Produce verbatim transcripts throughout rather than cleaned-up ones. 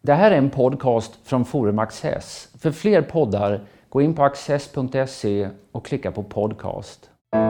Det här är en podcast från Forum Access. För fler poddar, gå in på access punkt se och klicka på podcast.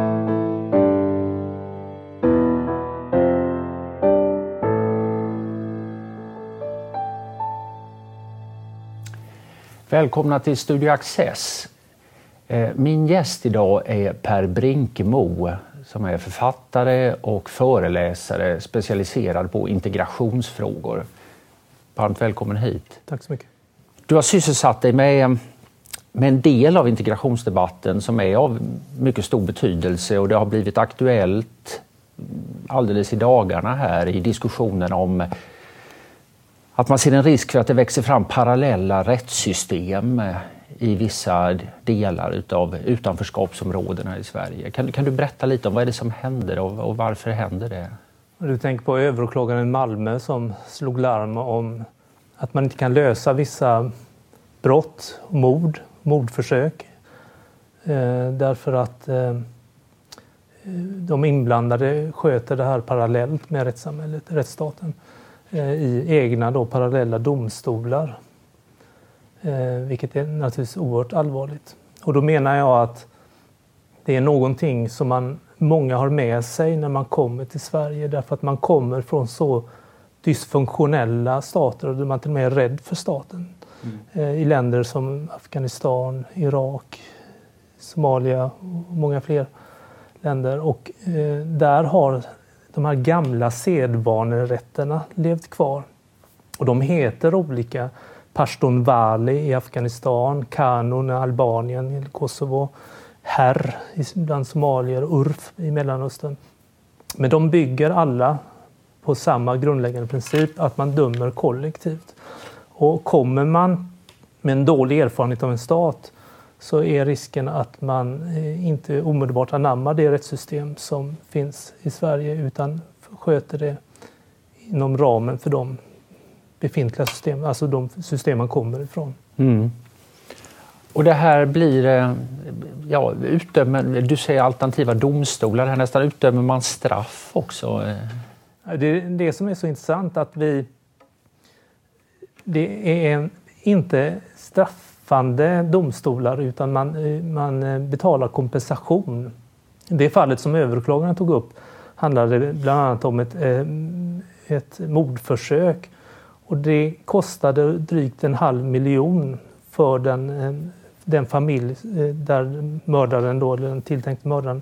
Välkomna till Studio Access. Min gäst idag är Per Brinkemo som är författare och föreläsare specialiserad på integrationsfrågor. Varmt välkommen hit. Tack så mycket. Du har sysselsatt dig med, med en del av integrationsdebatten som är av mycket stor betydelse och det har blivit aktuellt alldeles i dagarna här i diskussionen om att man ser en risk för att det växer fram parallella rättssystem i vissa delar av utanförskapsområdena i Sverige. Kan, kan du berätta lite om vad är det som händer och, och varför händer det? Du tänker på överåklagaren i Malmö som slog larm om att man inte kan lösa vissa brott, mord, mordförsök. Eh, därför att eh, de inblandade sköter det här parallellt med rättssamhället, rättsstaten. Eh, I egna då parallella domstolar. Eh, vilket är naturligtvis oerhört allvarligt. Och då menar jag att det är någonting som man, många har med sig när man kommer till Sverige. Därför att man kommer från så dysfunktionella stater och där man till och med är rädd för staten. Mm. Eh, I länder som Afghanistan, Irak, Somalia och många fler länder. Och eh, där har de här gamla sedvanerätterna levt kvar. Och de heter olika. Pashtunwali i Afghanistan, Kanun i Albanien, i Kosovo, Herr bland somalier, Urf i Mellanöstern. Men de bygger alla på samma grundläggande princip att man dömer kollektivt. Och kommer man med en dålig erfarenhet av en stat så är risken att man inte omedelbart anammar det rättssystem som finns i Sverige utan sköter det inom ramen för de befintliga system, alltså de system man kommer ifrån. Mm. Och det här blir, ja, utdömer, du säger alternativa domstolar, här nästan utdömer man straff också. Det är det som är så intressant att vi, det är inte straffande domstolar utan man, man betalar kompensation. Det fallet som överåklagaren tog upp handlade bland annat om ett, ett mordförsök. Och det kostade drygt en halv miljon för den, den familj där mördaren, då, den tilltänkte mördaren,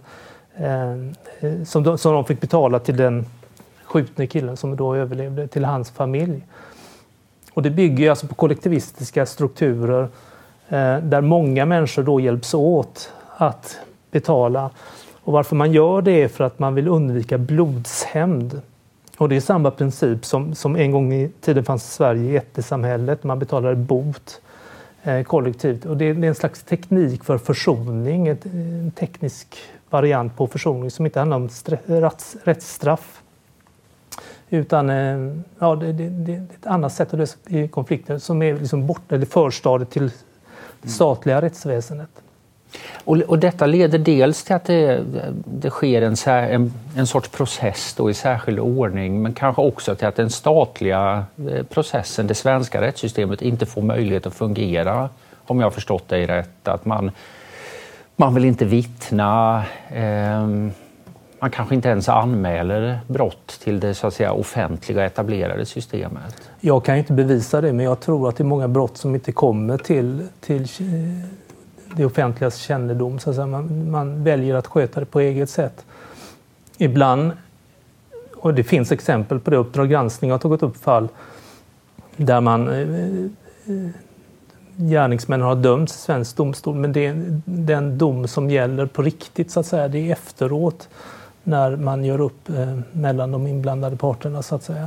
eh, som, de, som de fick betala till den skjutne killen som då överlevde, till hans familj. Och det bygger alltså på kollektivistiska strukturer eh, där många människor då hjälps åt att betala. Och varför man gör det är för att man vill undvika blodshämnd. Och det är samma princip som, som en gång i tiden fanns i Sverige i jättesamhället. Man betalade bot eh, kollektivt. Och det är, det är en slags teknik för försoning. Ett, en teknisk variant på försoning som inte handlar om stre- rätts, rättsstraff. Utan eh, ja, det, det, det är ett annat sätt att lösa konflikter som är liksom bort, eller förstadiet till det statliga mm. rättsväsendet. Och, och detta leder dels till att det, det sker en, en, en sorts process då i särskild ordning men kanske också till att den statliga processen, det svenska rättssystemet inte får möjlighet att fungera om jag har förstått dig rätt. Att man, man vill inte vittna, eh, man kanske inte ens anmäler brott till det så att säga offentliga etablerade systemet. Jag kan inte bevisa det men jag tror att det är många brott som inte kommer till... till det offentligas kännedom. Så att säga. Man, man väljer att sköta det på eget sätt. Ibland, och det finns exempel på det, Uppdrag granskning har tagit upp fall där man eh, gärningsmännen har dömts i svensk domstol men det är den dom som gäller på riktigt så att säga. Det är efteråt när man gör upp eh, mellan de inblandade parterna så att säga.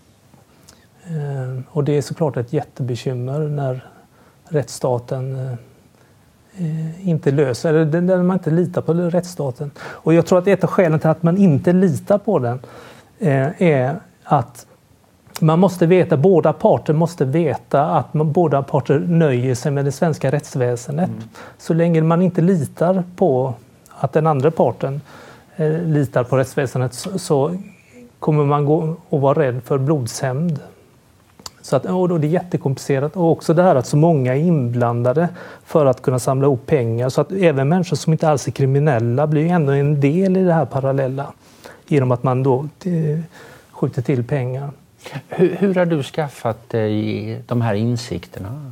Eh, och det är såklart ett jättebekymmer när rättsstaten eh, inte löser, eller där man inte litar på rättsstaten. Och jag tror att ett av skälen till att man inte litar på den eh, är att man måste veta, båda parter måste veta att man, båda parter nöjer sig med det svenska rättsväsendet. Mm. Så länge man inte litar på att den andra parten eh, litar på rättsväsendet så, så kommer man gå och vara rädd för blodshämnd. Så att, och då är det jättekomplicerat. Och också det här att så många är inblandade för att kunna samla ihop pengar. Så att även människor som inte alls är kriminella blir ju ändå en del i det här parallella. Genom att man då eh, skjuter till pengar. Hur, hur har du skaffat dig de här insikterna?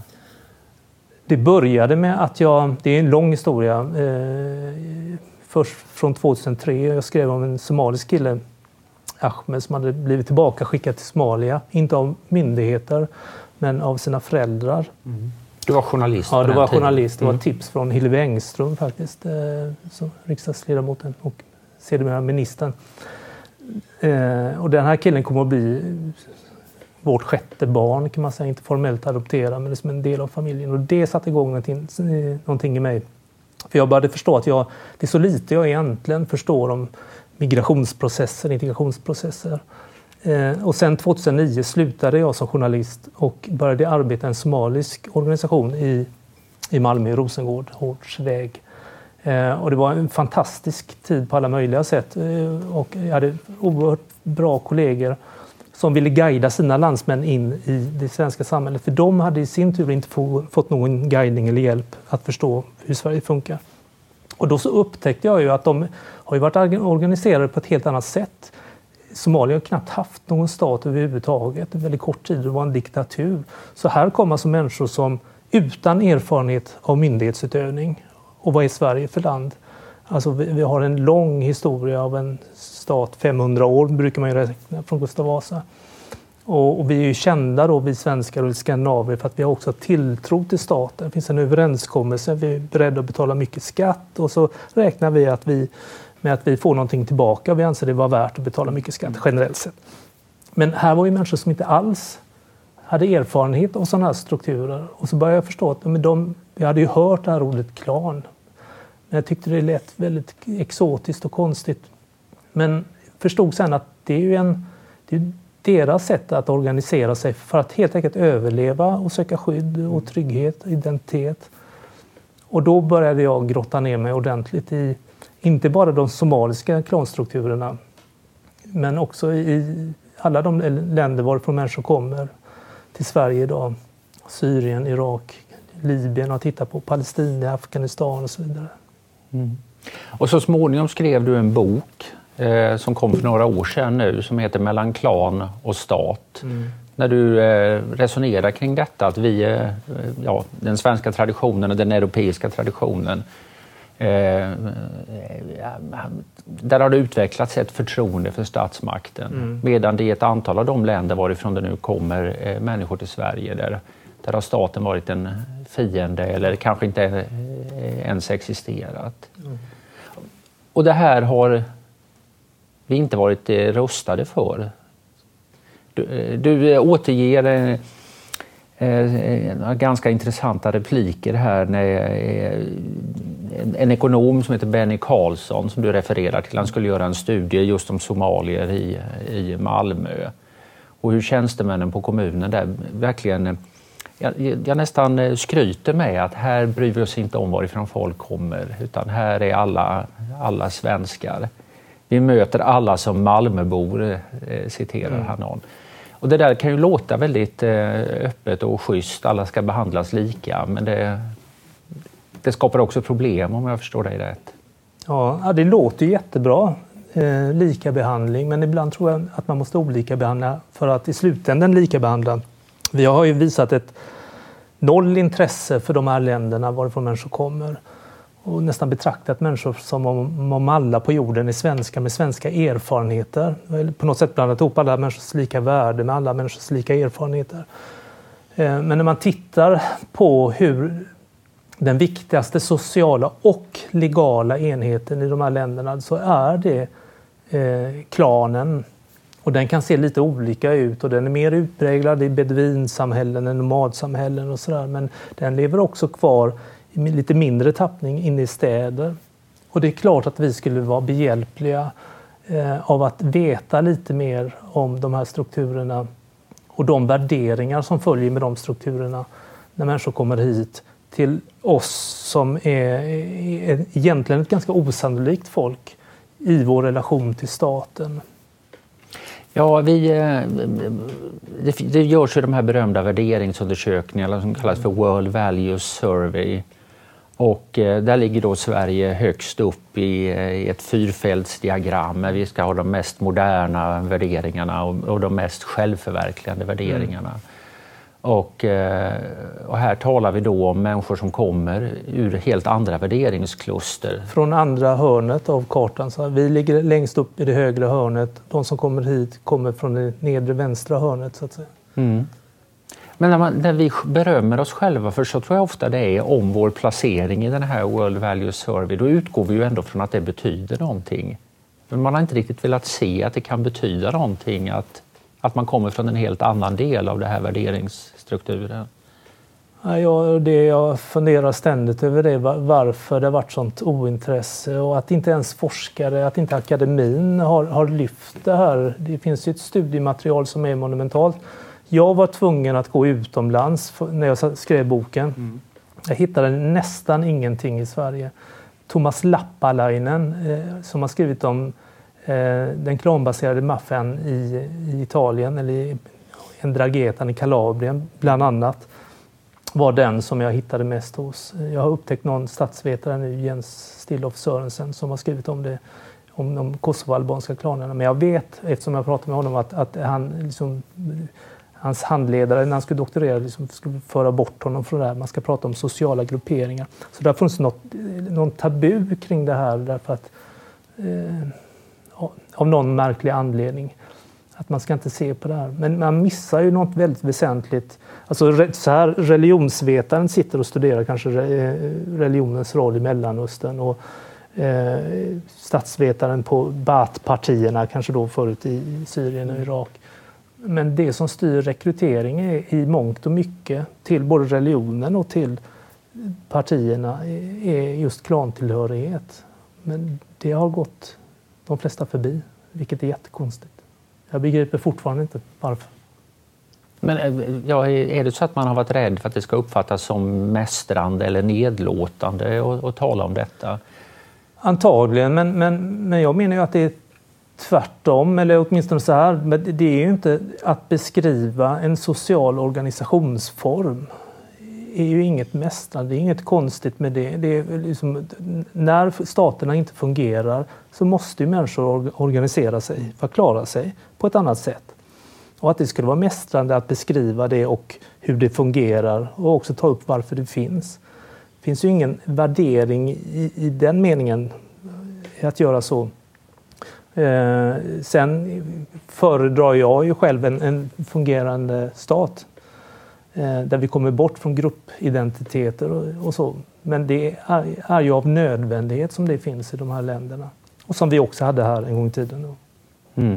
Det började med att jag, det är en lång historia, eh, först från tjugohundratre, jag skrev om en somalisk kille, Ahmed, som hade blivit tillbaka skickad till Somalia, inte av myndigheter men av sina föräldrar. Mm. Du var journalist? Ja, du var journalist. Det var mm. tips från Hillevi Engström faktiskt, eh, som riksdagsledamoten och sedermera ministern. Eh, och den här killen kommer att bli vårt sjätte barn, kan man säga, inte formellt adoptera, men det är som en del av familjen. Och det satte igång någonting, någonting i mig. För jag började förstå att jag, det är så lite jag egentligen förstår om migrationsprocesser, integrationsprocesser. Eh, och sen tjugohundranio slutade jag som journalist och började arbeta i en somalisk organisation i, i Malmö, i Rosengård, Hårdsväg. Eh, och det var en fantastisk tid på alla möjliga sätt. Eh, och jag hade oerhört bra kollegor som ville guida sina landsmän in i det svenska samhället. För de hade i sin tur inte få, fått någon guidning eller hjälp att förstå hur Sverige funkar. Och då så upptäckte jag ju att de har ju varit organiserade på ett helt annat sätt. Somalia har knappt haft någon stat överhuvudtaget. En väldigt kort tid, det var en diktatur. Så här kom alltså människor som utan erfarenhet av myndighetsutövning. Och vad är Sverige för land? Alltså vi, vi har en lång historia av en stat, femhundra år brukar man ju räkna från Gustav Vasa. Och, och vi är ju kända då, vi svenskar och skandinaver, för att vi har också tilltro till staten. Det finns en överenskommelse, vi är beredda att betala mycket skatt och så räknar vi att vi, med att vi får någonting tillbaka. Vi anser det var värt att betala mycket skatt generellt sett. Men här var ju människor som inte alls hade erfarenhet av sådana här strukturer. Och så började jag förstå att men de, jag hade ju hört det här ordet klan. Men jag tyckte det lät väldigt exotiskt och konstigt. Men förstod sen att det är ju en, det är deras sätt att organisera sig för att helt enkelt överleva och söka skydd och trygghet, identitet. Och då började jag grotta ner mig ordentligt i inte bara de somaliska klanstrukturerna men också i alla de länder varifrån människor kommer till Sverige idag. Syrien, Irak, Libyen och titta på Palestina, Afghanistan och så vidare. Mm. Och så småningom skrev du en bok eh, som kom för några år sedan nu som heter Mellan klan och stat. Mm. När du eh, resonerar kring detta att vi, eh, ja, den svenska traditionen och den europeiska traditionen, eh, där har det utvecklats ett förtroende för statsmakten. Mm. Medan det är ett antal av de länder varifrån det nu kommer eh, människor till Sverige där, där har staten varit en fiende eller kanske inte eh, ens existerat. Mm. Och det här har vi inte varit eh, rustade för. Du, du återger eh, eh, ganska intressanta repliker här när eh, en, en ekonom som heter Benny Karlsson som du refererar till, han skulle göra en studie just om somalier i, i Malmö och hur tjänstemännen på kommunen där verkligen, jag, jag nästan skryter med att här bryr vi oss inte om varifrån folk kommer utan här är alla, alla svenskar. Vi möter alla som Malmöbor, eh, citerar mm. han någon. Och det där kan ju låta väldigt eh, öppet och schysst, alla ska behandlas lika, men det, det skapar också problem om jag förstår dig rätt. Ja, det låter ju jättebra, eh, lika behandling, men ibland tror jag att man måste olika behandla för att i slutändan lika behandla. Vi har ju visat ett noll intresse för de här länderna varifrån människor kommer. Och nästan betraktat människor som om, om alla på jorden är svenskar med svenska erfarenheter. På något sätt blandat ihop alla människors lika värde med alla människors lika erfarenheter. Men när man tittar på hur den viktigaste sociala och legala enheten i de här länderna så är det eh, klanen. Och den kan se lite olika ut och den är mer utpräglad i beduinsamhällen än nomadsamhällen och sådär. Men den lever också kvar i lite mindre tappning inne i städer. Och det är klart att vi skulle vara behjälpliga eh, av att veta lite mer om de här strukturerna och de värderingar som följer med de strukturerna när människor kommer hit till oss som är, är egentligen ett ganska osannolikt folk i vår relation till staten. Ja, vi, det, det görs ju de här berömda värderingsundersökningarna som kallas för World Values Survey. Och där ligger då Sverige högst upp i ett fyrfältsdiagram. Vi ska ha de mest moderna värderingarna och de mest självförverkligande värderingarna. Mm. Och, och här talar vi då om människor som kommer ur helt andra värderingskluster. Från andra hörnet av kartan. Så vi ligger längst upp i det högra hörnet. De som kommer hit kommer från det nedre vänstra hörnet, så att säga. Mm. Men när, man, när vi berömmer oss själva, för så tror jag ofta det är om vår placering i den här World Values Survey, då utgår vi ju ändå från att det betyder någonting. Men man har inte riktigt velat se att det kan betyda någonting, att, att man kommer från en helt annan del av det här värderingsstrukturen. Ja, det jag funderar ständigt över det, varför det har varit sånt ointresse och att inte ens forskare, att inte akademin har, har lyft det här. Det finns ju ett studiematerial som är monumentalt. Jag var tvungen att gå utomlands när jag skrev boken. Mm. Jag hittade nästan ingenting i Sverige. Thomas Lappalainen eh, som har skrivit om eh, den klanbaserade maffian i, i Italien eller i Ndrangheta i Kalabrien bland annat, var den som jag hittade mest hos. Jag har upptäckt någon statsvetare nu, Jens Stillhoff Sörensen, som har skrivit om det, om de kosovoalbanska klanerna. Men jag vet, eftersom jag pratade med honom, att, att han liksom, hans handledare när han skulle doktorera liksom skulle föra bort honom från det här. Man ska prata om sociala grupperingar. Så där finns något, någon tabu kring det här därför att eh, av någon märklig anledning. Att man ska inte se på det här. Men man missar ju något väldigt väsentligt. Alltså så här, religionsvetaren sitter och studerar kanske religionens roll i Mellanöstern och eh, statsvetaren på Baath-partierna kanske då förut i Syrien och Irak. Men det som styr rekrytering är i mångt och mycket till både religionen och till partierna är just klantillhörighet. Men det har gått de flesta förbi, vilket är jättekonstigt. Jag begriper fortfarande inte varför. Men ja, är det så att man har varit rädd för att det ska uppfattas som mästrande eller nedlåtande att tala om detta? Antagligen, men, men, men jag menar ju att det är tvärtom, eller åtminstone så här. Men det är ju inte att beskriva en social organisationsform. Det är ju inget mästrande, det är inget konstigt med det. Det är liksom, när staterna inte fungerar så måste ju människor organisera sig för att klara sig på ett annat sätt. Och att det skulle vara mästrande att beskriva det och hur det fungerar och också ta upp varför det finns. Det finns ju ingen värdering i, i den meningen att göra så. Eh, sen föredrar jag ju själv en, en fungerande stat. Där vi kommer bort från gruppidentiteter och, och så. Men det är, är ju av nödvändighet som det finns i de här länderna. Och som vi också hade här en gång i tiden. Mm.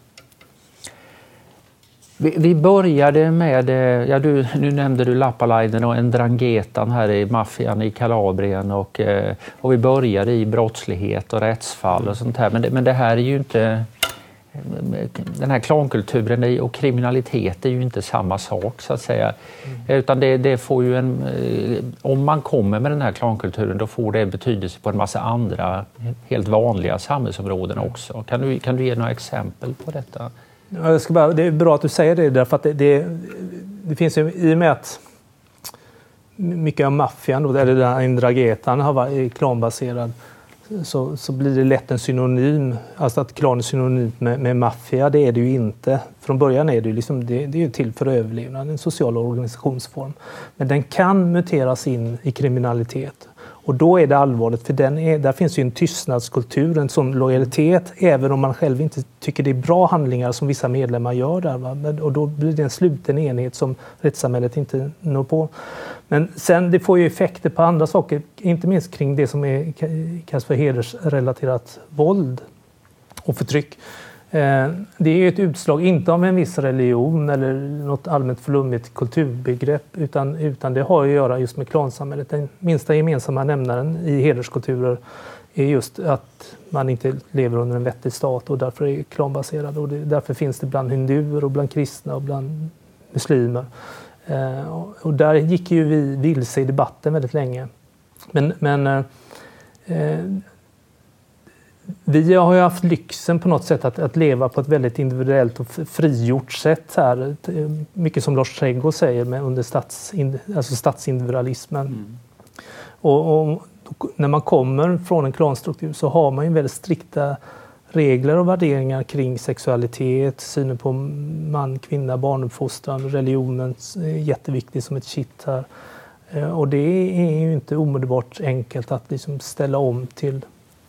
Vi, vi började med, ja du, nu nämnde du Lappalainen och Ndrangheta här i maffian i Kalabrien och, och vi började i brottslighet och rättsfall och sånt här. Men det, men det här är ju inte... Den här klankulturen och kriminalitet är ju inte samma sak så att säga. Mm. Utan det, det får ju en, om man kommer med den här klankulturen då får det betydelse på en massa andra helt vanliga samhällsområden också. Kan du, kan du ge några exempel på detta? Ja, jag ska bara, det är bra att du säger det därför att det, det, det finns ju i och med att mycket av maffian då, eller den här Ndrangheta har varit klanbaserad. Så, så blir det lätt en synonym, alltså att klan är synonymt med, med maffia, det är det ju inte. Från början är det ju liksom, det, det är ju till för överlevnad, en social organisationsform. Men den kan muteras in i kriminalitet. Och då är det allvarligt, för den är, där finns ju en tystnadskultur, en sån lojalitet, även om man själv inte tycker det är bra handlingar som vissa medlemmar gör där. Va? Och då blir det en sluten enhet som rättssamhället inte når på. Men sen, det får ju effekter på andra saker, inte minst kring det som är, kallas för hedersrelaterat våld och förtryck. Det är ett utslag, inte av en viss religion eller något allmänt flummigt kulturbegrepp, utan, utan det har att göra just med klansamhället. Den minsta gemensamma nämnaren i hederskulturer är just att man inte lever under en vettig stat och därför är klanbaserad. Och det, därför finns det bland hinduer och bland kristna och bland muslimer. Eh, och, och där gick ju vi vilse i debatten väldigt länge. Men... men eh, vi har ju haft lyxen på något sätt att, att leva på ett väldigt individuellt och frigjort sätt här. Mycket som Lars Trädgård säger med under stats, alltså statsindividualismen. Mm. Och, och när man kommer från en klanstruktur så har man ju väldigt strikta regler och värderingar kring sexualitet, synen på man, kvinna, barnuppfostran, religionen är jätteviktig som ett kitt här. Och det är ju inte omedelbart enkelt att liksom ställa om till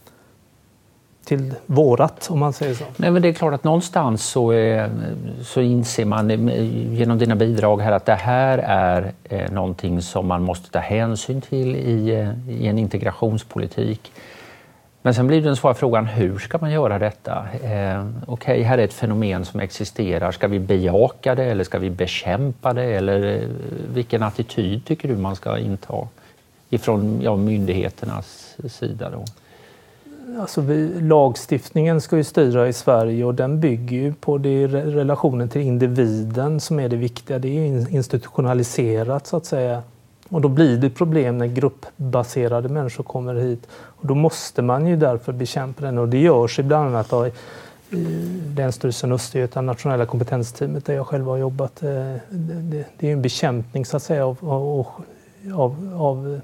till vårat, om man säger så. Nej, men det är klart att någonstans så, är, så inser man genom dina bidrag här att det här är eh, någonting som man måste ta hänsyn till i, i en integrationspolitik. Men sen blir den svåra frågan, hur ska man göra detta? Eh, Okej, okay, här är ett fenomen som existerar. Ska vi bejaka det eller ska vi bekämpa det? Eller eh, vilken attityd tycker du man ska inta ifrån ja, myndigheternas sida då? Alltså vi, lagstiftningen ska ju styra i Sverige och den bygger ju på det, relationen till individen som är det viktiga. Det är ju institutionaliserat så att säga. Och då blir det problem när gruppbaserade människor kommer hit. Och då måste man ju därför bekämpa den. Och det görs ibland annat av Länsstyrelsen Östergötland, nationella kompetensteamet där jag själv har jobbat. Det, det, det är en bekämpning så att säga av, av, av, av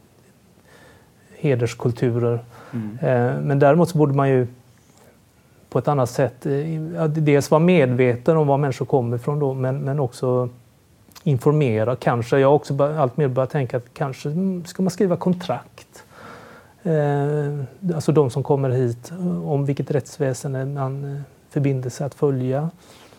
hederskulturer. Mm. Men däremot så borde man ju på ett annat sätt dels vara medveten om var människor kommer ifrån då, men, men också informera. Kanske, jag har också allt mer börjat tänka att kanske ska man skriva kontrakt. Eh, alltså de som kommer hit om vilket rättsväsen man förbinder sig att följa.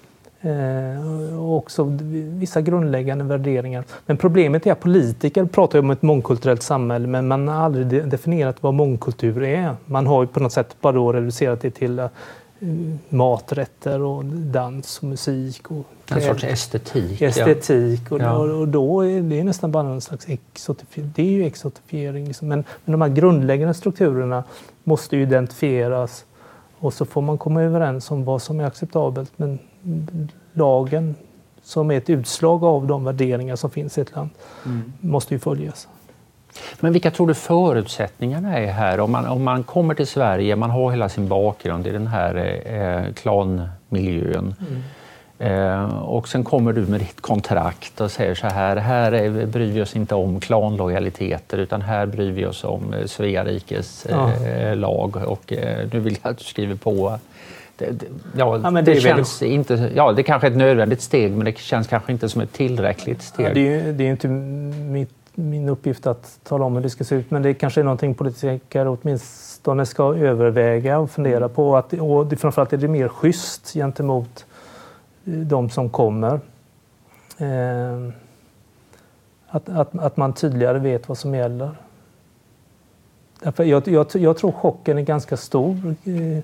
Eh, och också vissa grundläggande värderingar. Men problemet är att politiker pratar om ett mångkulturellt samhälle men man har aldrig definierat vad mångkultur är. Man har ju på något sätt bara då reducerat det till uh, maträtter och dans och musik. Och en sorts estetik. Estetik. Ja. Och, ja. och, och då är det nästan bara en slags exotifiering. Det är ju exotifiering. Liksom. Men, men de här grundläggande strukturerna måste ju identifieras och så får man komma överens om vad som är acceptabelt. Men lagen som är ett utslag av de värderingar som finns i ett land mm. måste ju följas. Men vilka tror du förutsättningarna är här? Om man, om man kommer till Sverige, man har hela sin bakgrund i den här eh, klanmiljön. Mm. Eh, och sen kommer du med ditt kontrakt och säger så här, här är, bryr vi oss inte om klanlojaliteter utan här bryr vi oss om eh, Svea rikes eh, ja. lag och eh, nu vill jag att du skriver på. Det, det, ja, ja, men det, det känns väldigt... inte, ja, det är kanske ett nödvändigt steg men det känns kanske inte som ett tillräckligt steg. Ja, det är ju det är inte mitt, min uppgift att tala om hur det ska se ut men det kanske är någonting politiker åtminstone ska överväga och fundera på. Att, och det, framförallt är det mer schysst gentemot de som kommer. Eh, att, att, att man tydligare vet vad som gäller. Därför jag, jag, jag tror chocken är ganska stor. Eh,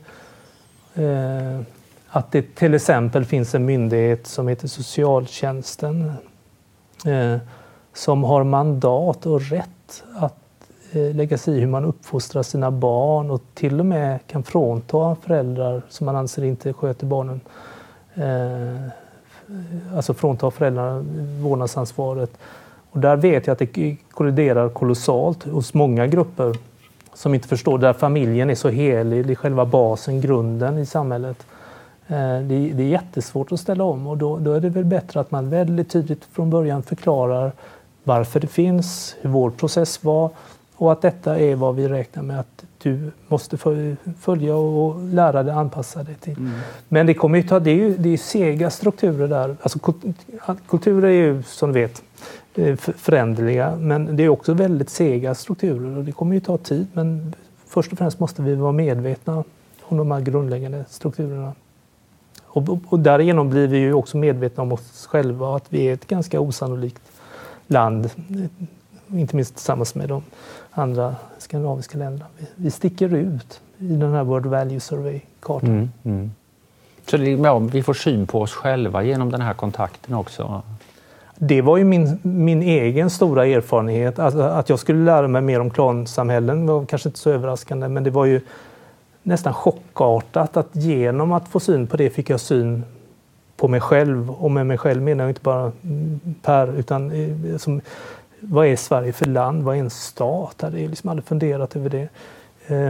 Eh, att det till exempel finns en myndighet som heter socialtjänsten eh, som har mandat och rätt att eh, lägga sig i hur man uppfostrar sina barn och till och med kan frånta föräldrar som man anser inte sköter barnen eh, alltså frånta föräldrar vårdnadsansvaret. Och där vet jag att det kolliderar kolossalt hos många grupper som inte förstår, där familjen är så helig, det är själva basen, grunden i samhället. Det är, det är jättesvårt att ställa om och då, då är det väl bättre att man väldigt tydligt från början förklarar varför det finns, hur vår process var och att detta är vad vi räknar med att du måste följa och lära dig, anpassa dig till. Mm. Men det kommer ju ta, det är ju det är sega strukturer där. Alltså kulturer är ju som du vet föränderliga, men det är också väldigt sega strukturer och det kommer ju ta tid, men först och främst måste vi vara medvetna om de här grundläggande strukturerna. Och, och, och därigenom blir vi ju också medvetna om oss själva att vi är ett ganska osannolikt land, inte minst tillsammans med de andra skandinaviska länderna. Vi, vi sticker ut i den här World Value Survey-kartan. Mm, mm. Så det, ja, vi får syn på oss själva genom den här kontakten också? Det var ju min, min egen stora erfarenhet. Alltså, att jag skulle lära mig mer om klansamhällen var kanske inte så överraskande, men det var ju nästan chockartat att genom att få syn på det fick jag syn på mig själv. Och med mig själv menar jag inte bara Per, utan som, vad är Sverige för land? Vad är en stat? Jag hade liksom aldrig funderat över det.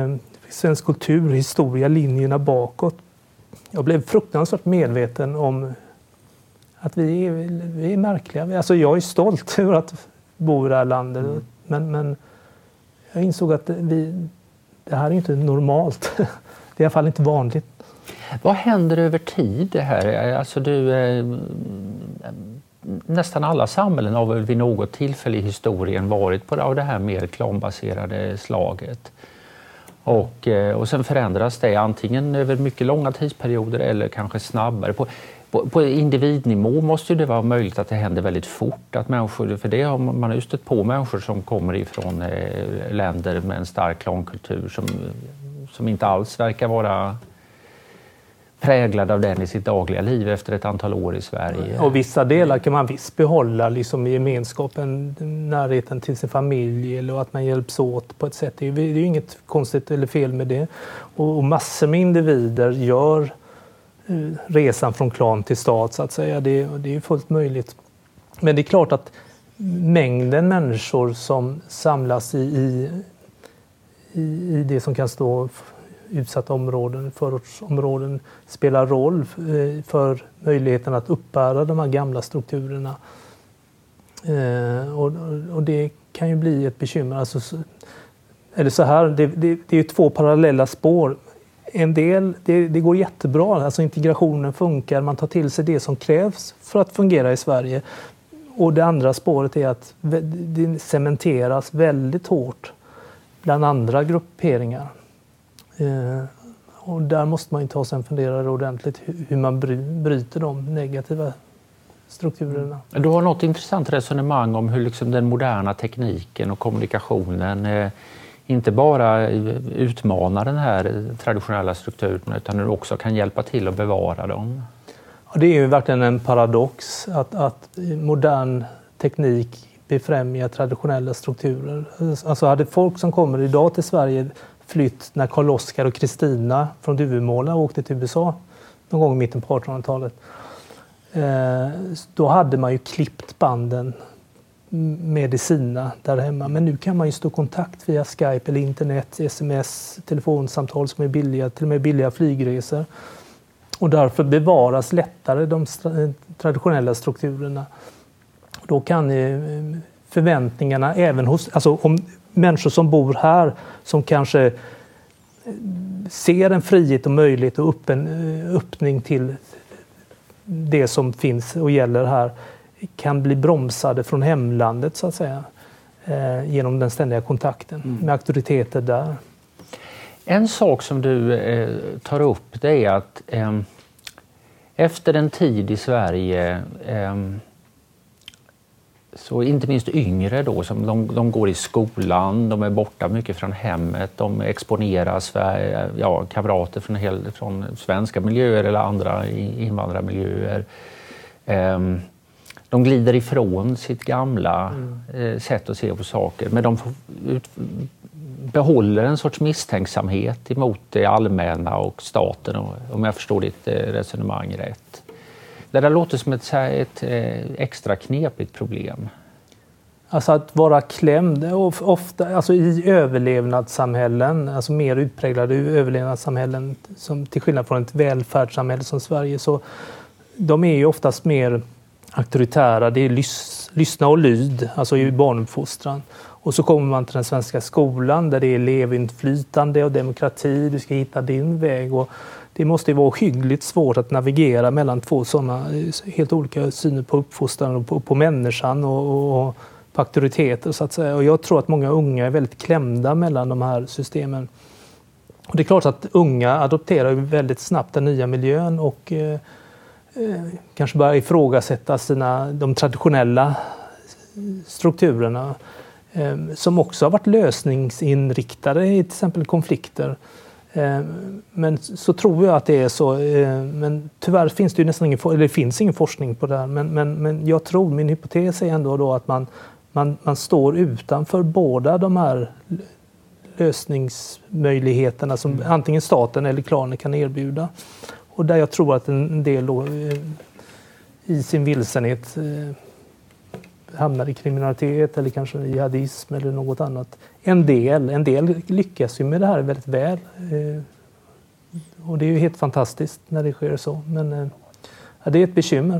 svensk kultur, historia, linjerna bakåt. Jag blev fruktansvärt medveten om att vi är, vi är märkliga. Alltså jag är stolt över att bo i det här landet. Mm. Men, men jag insåg att vi, det här är inte normalt. Det är i alla fall inte vanligt. Vad händer över tid det här? Alltså du, eh, nästan alla samhällen har väl vid något tillfälle i historien varit på det, av det här mer klanbaserade slaget. Och, eh, och sen förändras det antingen över mycket långa tidsperioder eller kanske snabbare. På, på, på individnivå måste det vara möjligt att det händer väldigt fort. Att människor, för det har man, man har ju stött på människor som kommer ifrån eh, länder med en stark klankultur som, som inte alls verkar vara präglad av den i sitt dagliga liv efter ett antal år i Sverige. Och vissa delar kan man visst behålla, liksom gemenskapen, närheten till sin familj eller att man hjälps åt på ett sätt. Det är ju inget konstigt eller fel med det. Och massor med individer gör resan från klan till stat så att säga. Det, det är fullt möjligt. Men det är klart att mängden människor som samlas i, i, i det som kan stå utsatta områden, förortsområden, spelar roll för möjligheten att uppbära de här gamla strukturerna. Eh, och, och det kan ju bli ett bekymmer. Alltså, eller så här, det, det, det är ju två parallella spår. En del, det, det går jättebra, alltså integrationen funkar, man tar till sig det som krävs för att fungera i Sverige. Och det andra spåret är att det cementeras väldigt hårt bland andra grupperingar. Eh, och där måste man ju ta sig en funderare ordentligt hur man bryter de negativa strukturerna. Du har något intressant resonemang om hur liksom den moderna tekniken och kommunikationen eh, inte bara utmanar den här traditionella strukturen utan hur också kan hjälpa till att bevara dem. Ja, det är ju verkligen en paradox att, att modern teknik befrämjar traditionella strukturer. Alltså hade folk som kommer idag till Sverige flytt när Karl Oskar och Kristina från Duvemåla åkte till U S A någon gång i mitten på artonhundratalet. Eh, då hade man ju klippt banden medicina där hemma. Men nu kan man ju stå i kontakt via Skype eller internet, sms, telefonsamtal som är billiga, till och med billiga flygresor. Och därför bevaras lättare de traditionella strukturerna. Då kan ju förväntningarna även hos, alltså om människor som bor här som kanske ser en frihet och möjlighet och öppen, öppning till det som finns och gäller här kan bli bromsade från hemlandet så att säga eh, genom den ständiga kontakten mm. med auktoriteter där. En sak som du eh, tar upp det är att eh, efter en tid i Sverige eh, så inte minst yngre då, som de, de går i skolan, de är borta mycket från hemmet, de exponeras för ja, kamrater från, hel, från svenska miljöer eller andra invandrarmiljöer. Um, de glider ifrån sitt gamla mm. eh, sätt att se på saker, men de ut, behåller en sorts misstänksamhet emot det allmänna och staten, om jag förstår ditt eh, resonemang rätt. Det där låter som ett, ett extra knepigt problem. Alltså att vara klämd, ofta, alltså i överlevnadssamhällen, alltså mer utpräglade överlevnadssamhällen, som till skillnad från ett välfärdssamhälle som Sverige, så de är ju oftast mer auktoritära. Det är lys, lyssna och lyd, alltså i barnuppfostran. Och så kommer man till den svenska skolan där det är elevinflytande och demokrati, du ska hitta din väg. Och det måste ju vara hyggligt svårt att navigera mellan två sådana helt olika syner på uppfostran och på, på människan och, och på auktoriteter så att säga. Och jag tror att många unga är väldigt klämda mellan de här systemen. Och det är klart att unga adopterar väldigt snabbt den nya miljön och eh, eh, kanske börjar ifrågasätta sina, de traditionella strukturerna eh, som också har varit lösningsinriktade i till exempel konflikter. Men så tror jag att det är så. Men tyvärr finns det ju nästan ingen, eller det finns ingen forskning på det här. Men, men, men jag tror, min hypotes är ändå då att man, man, man står utanför båda de här lösningsmöjligheterna som mm. antingen staten eller klanen kan erbjuda. Och där jag tror att en del då, i sin vilsenhet hamnar i kriminalitet eller kanske jihadism eller något annat. En del, en del lyckas ju med det här väldigt väl. Och det är ju helt fantastiskt när det sker så. Men ja, det är ett bekymmer.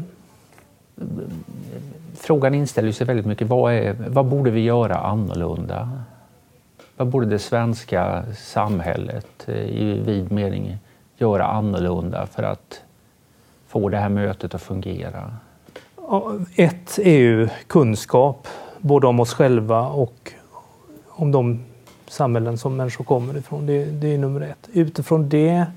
Frågan inställer sig väldigt mycket. Vad, är, vad borde vi göra annorlunda? Vad borde det svenska samhället i vid mening göra annorlunda för att få det här mötet att fungera? Ett är ju kunskap, både om oss själva och om de samhällen som människor kommer ifrån. Det, det är nummer ett. Utifrån det,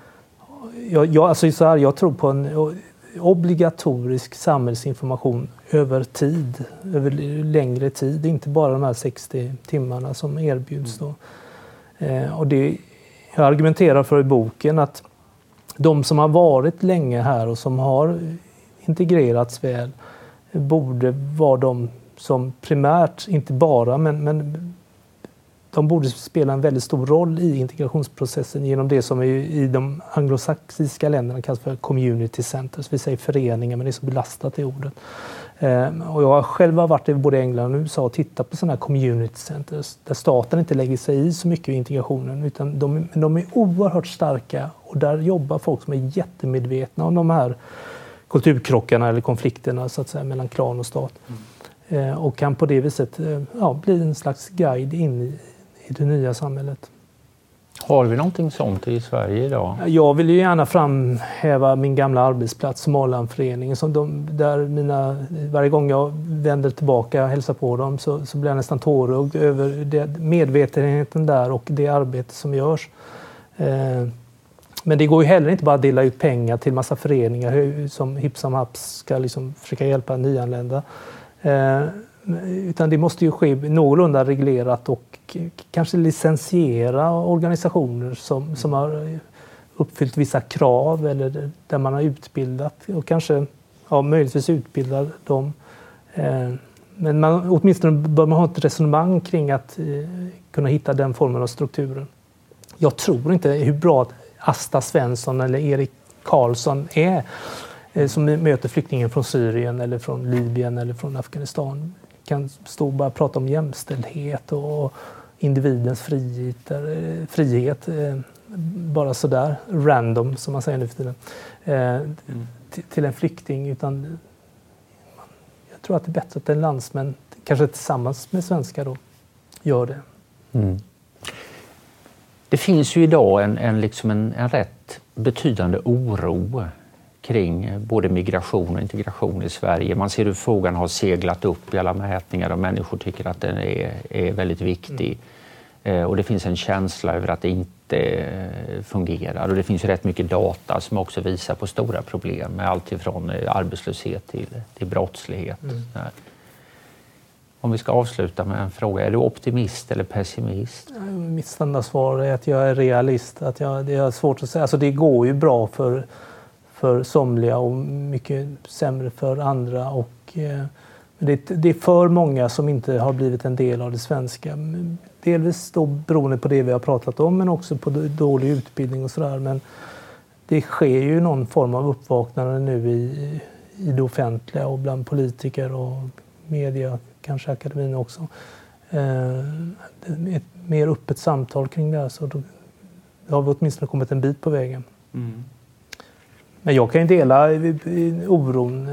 jag, jag, alltså så här, jag tror på en obligatorisk samhällsinformation över tid, över längre tid, inte bara de här sextio timmarna som erbjuds då. Eh, och det, jag argumenterar för i boken att de som har varit länge här och som har integrerats väl borde vara de som primärt, inte bara, men, men de borde spela en väldigt stor roll i integrationsprocessen genom det som i, i de anglosaxiska länderna kallas för community centers. Vi säger föreningar, men det är så belastat i ordet. Eh, och jag har själv varit i både England och U S A och tittat på sådana här community centers där staten inte lägger sig i så mycket i integrationen, utan de, de är oerhört starka och där jobbar folk som är jättemedvetna om de här kulturkrockarna eller konflikterna så att säga, mellan klan och stat. Mm. Eh, och kan på det viset eh, ja, bli en slags guide in i, i det nya samhället. Har vi någonting sånt i Sverige idag? Jag vill ju gärna framhäva min gamla arbetsplats, Smålandföreningen. Som de, där mina, varje gång jag vänder tillbaka och hälsar på dem så, så blir jag nästan tårögd över det, medvetenheten där och det arbete som görs. Eh, men det går ju heller inte bara att dela ut pengar till massa föreningar som hipp som happ ska liksom försöka hjälpa nyanlända. Eh, utan det måste ju ske någorlunda reglerat och kanske licensiera organisationer som, som har uppfyllt vissa krav eller där man har utbildat och kanske ja, möjligtvis utbildar dem. Eh, men man, åtminstone bör man ha ett resonemang kring att eh, kunna hitta den formen av strukturen. Jag tror inte hur bra att Asta Svensson eller Erik Karlsson är eh, som möter flyktingen från Syrien eller från Libyen eller från Afghanistan kan stå och bara prata om jämställdhet och individens frihet, frihet bara sådär random som man säger nu för tiden mm. till en flykting, utan jag tror att det är bättre att en landsmän kanske tillsammans med svenskar då gör det. Mm. Det finns ju idag en, en, liksom en, en rätt betydande oro kring både migration och integration i Sverige. Man ser hur frågan har seglat upp i alla mätningar och människor tycker att den är, är väldigt viktig. Mm. Eh, och det finns en känsla över att det inte fungerar. Och det finns ju rätt mycket data som också visar på stora problem med allt ifrån arbetslöshet till, till brottslighet. Mm. Om vi ska avsluta med en fråga, är du optimist eller pessimist? Mitt standardsvar är att jag är realist. Att jag, det är svårt att säga. Alltså det går ju bra för för somliga och mycket sämre för andra. Och, eh, det, det är för många som inte har blivit en del av det svenska. Delvis då beroende på det vi har pratat om, men också på dålig utbildning och sådär. Men det sker ju någon form av uppvaknande nu i, i det offentliga och bland politiker och media, kanske akademin också. Eh, ett mer öppet samtal kring det här, så då, då har vi åtminstone kommit en bit på vägen. Mm. Men jag kan ju dela oron,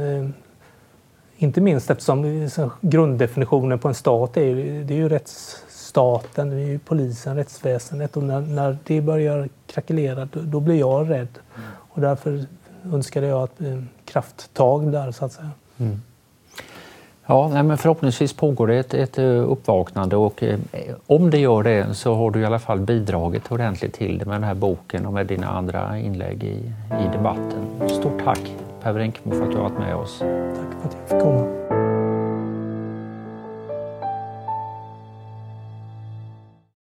inte minst eftersom grunddefinitionen på en stat är, det är ju rättsstaten, det är ju polisen, rättsväsendet, och när, när det börjar krackelera då, då blir jag rädd. Mm. Och därför önskade jag att krafttag där så att säga. Mm. Ja, nej, men förhoppningsvis pågår det ett, ett uppvaknande och eh, om det gör det så har du i alla fall bidragit ordentligt till det med den här boken och med dina andra inlägg i, i debatten. Stort tack Per Brinkemo för att du har varit med oss. Tack för att jag fick komma.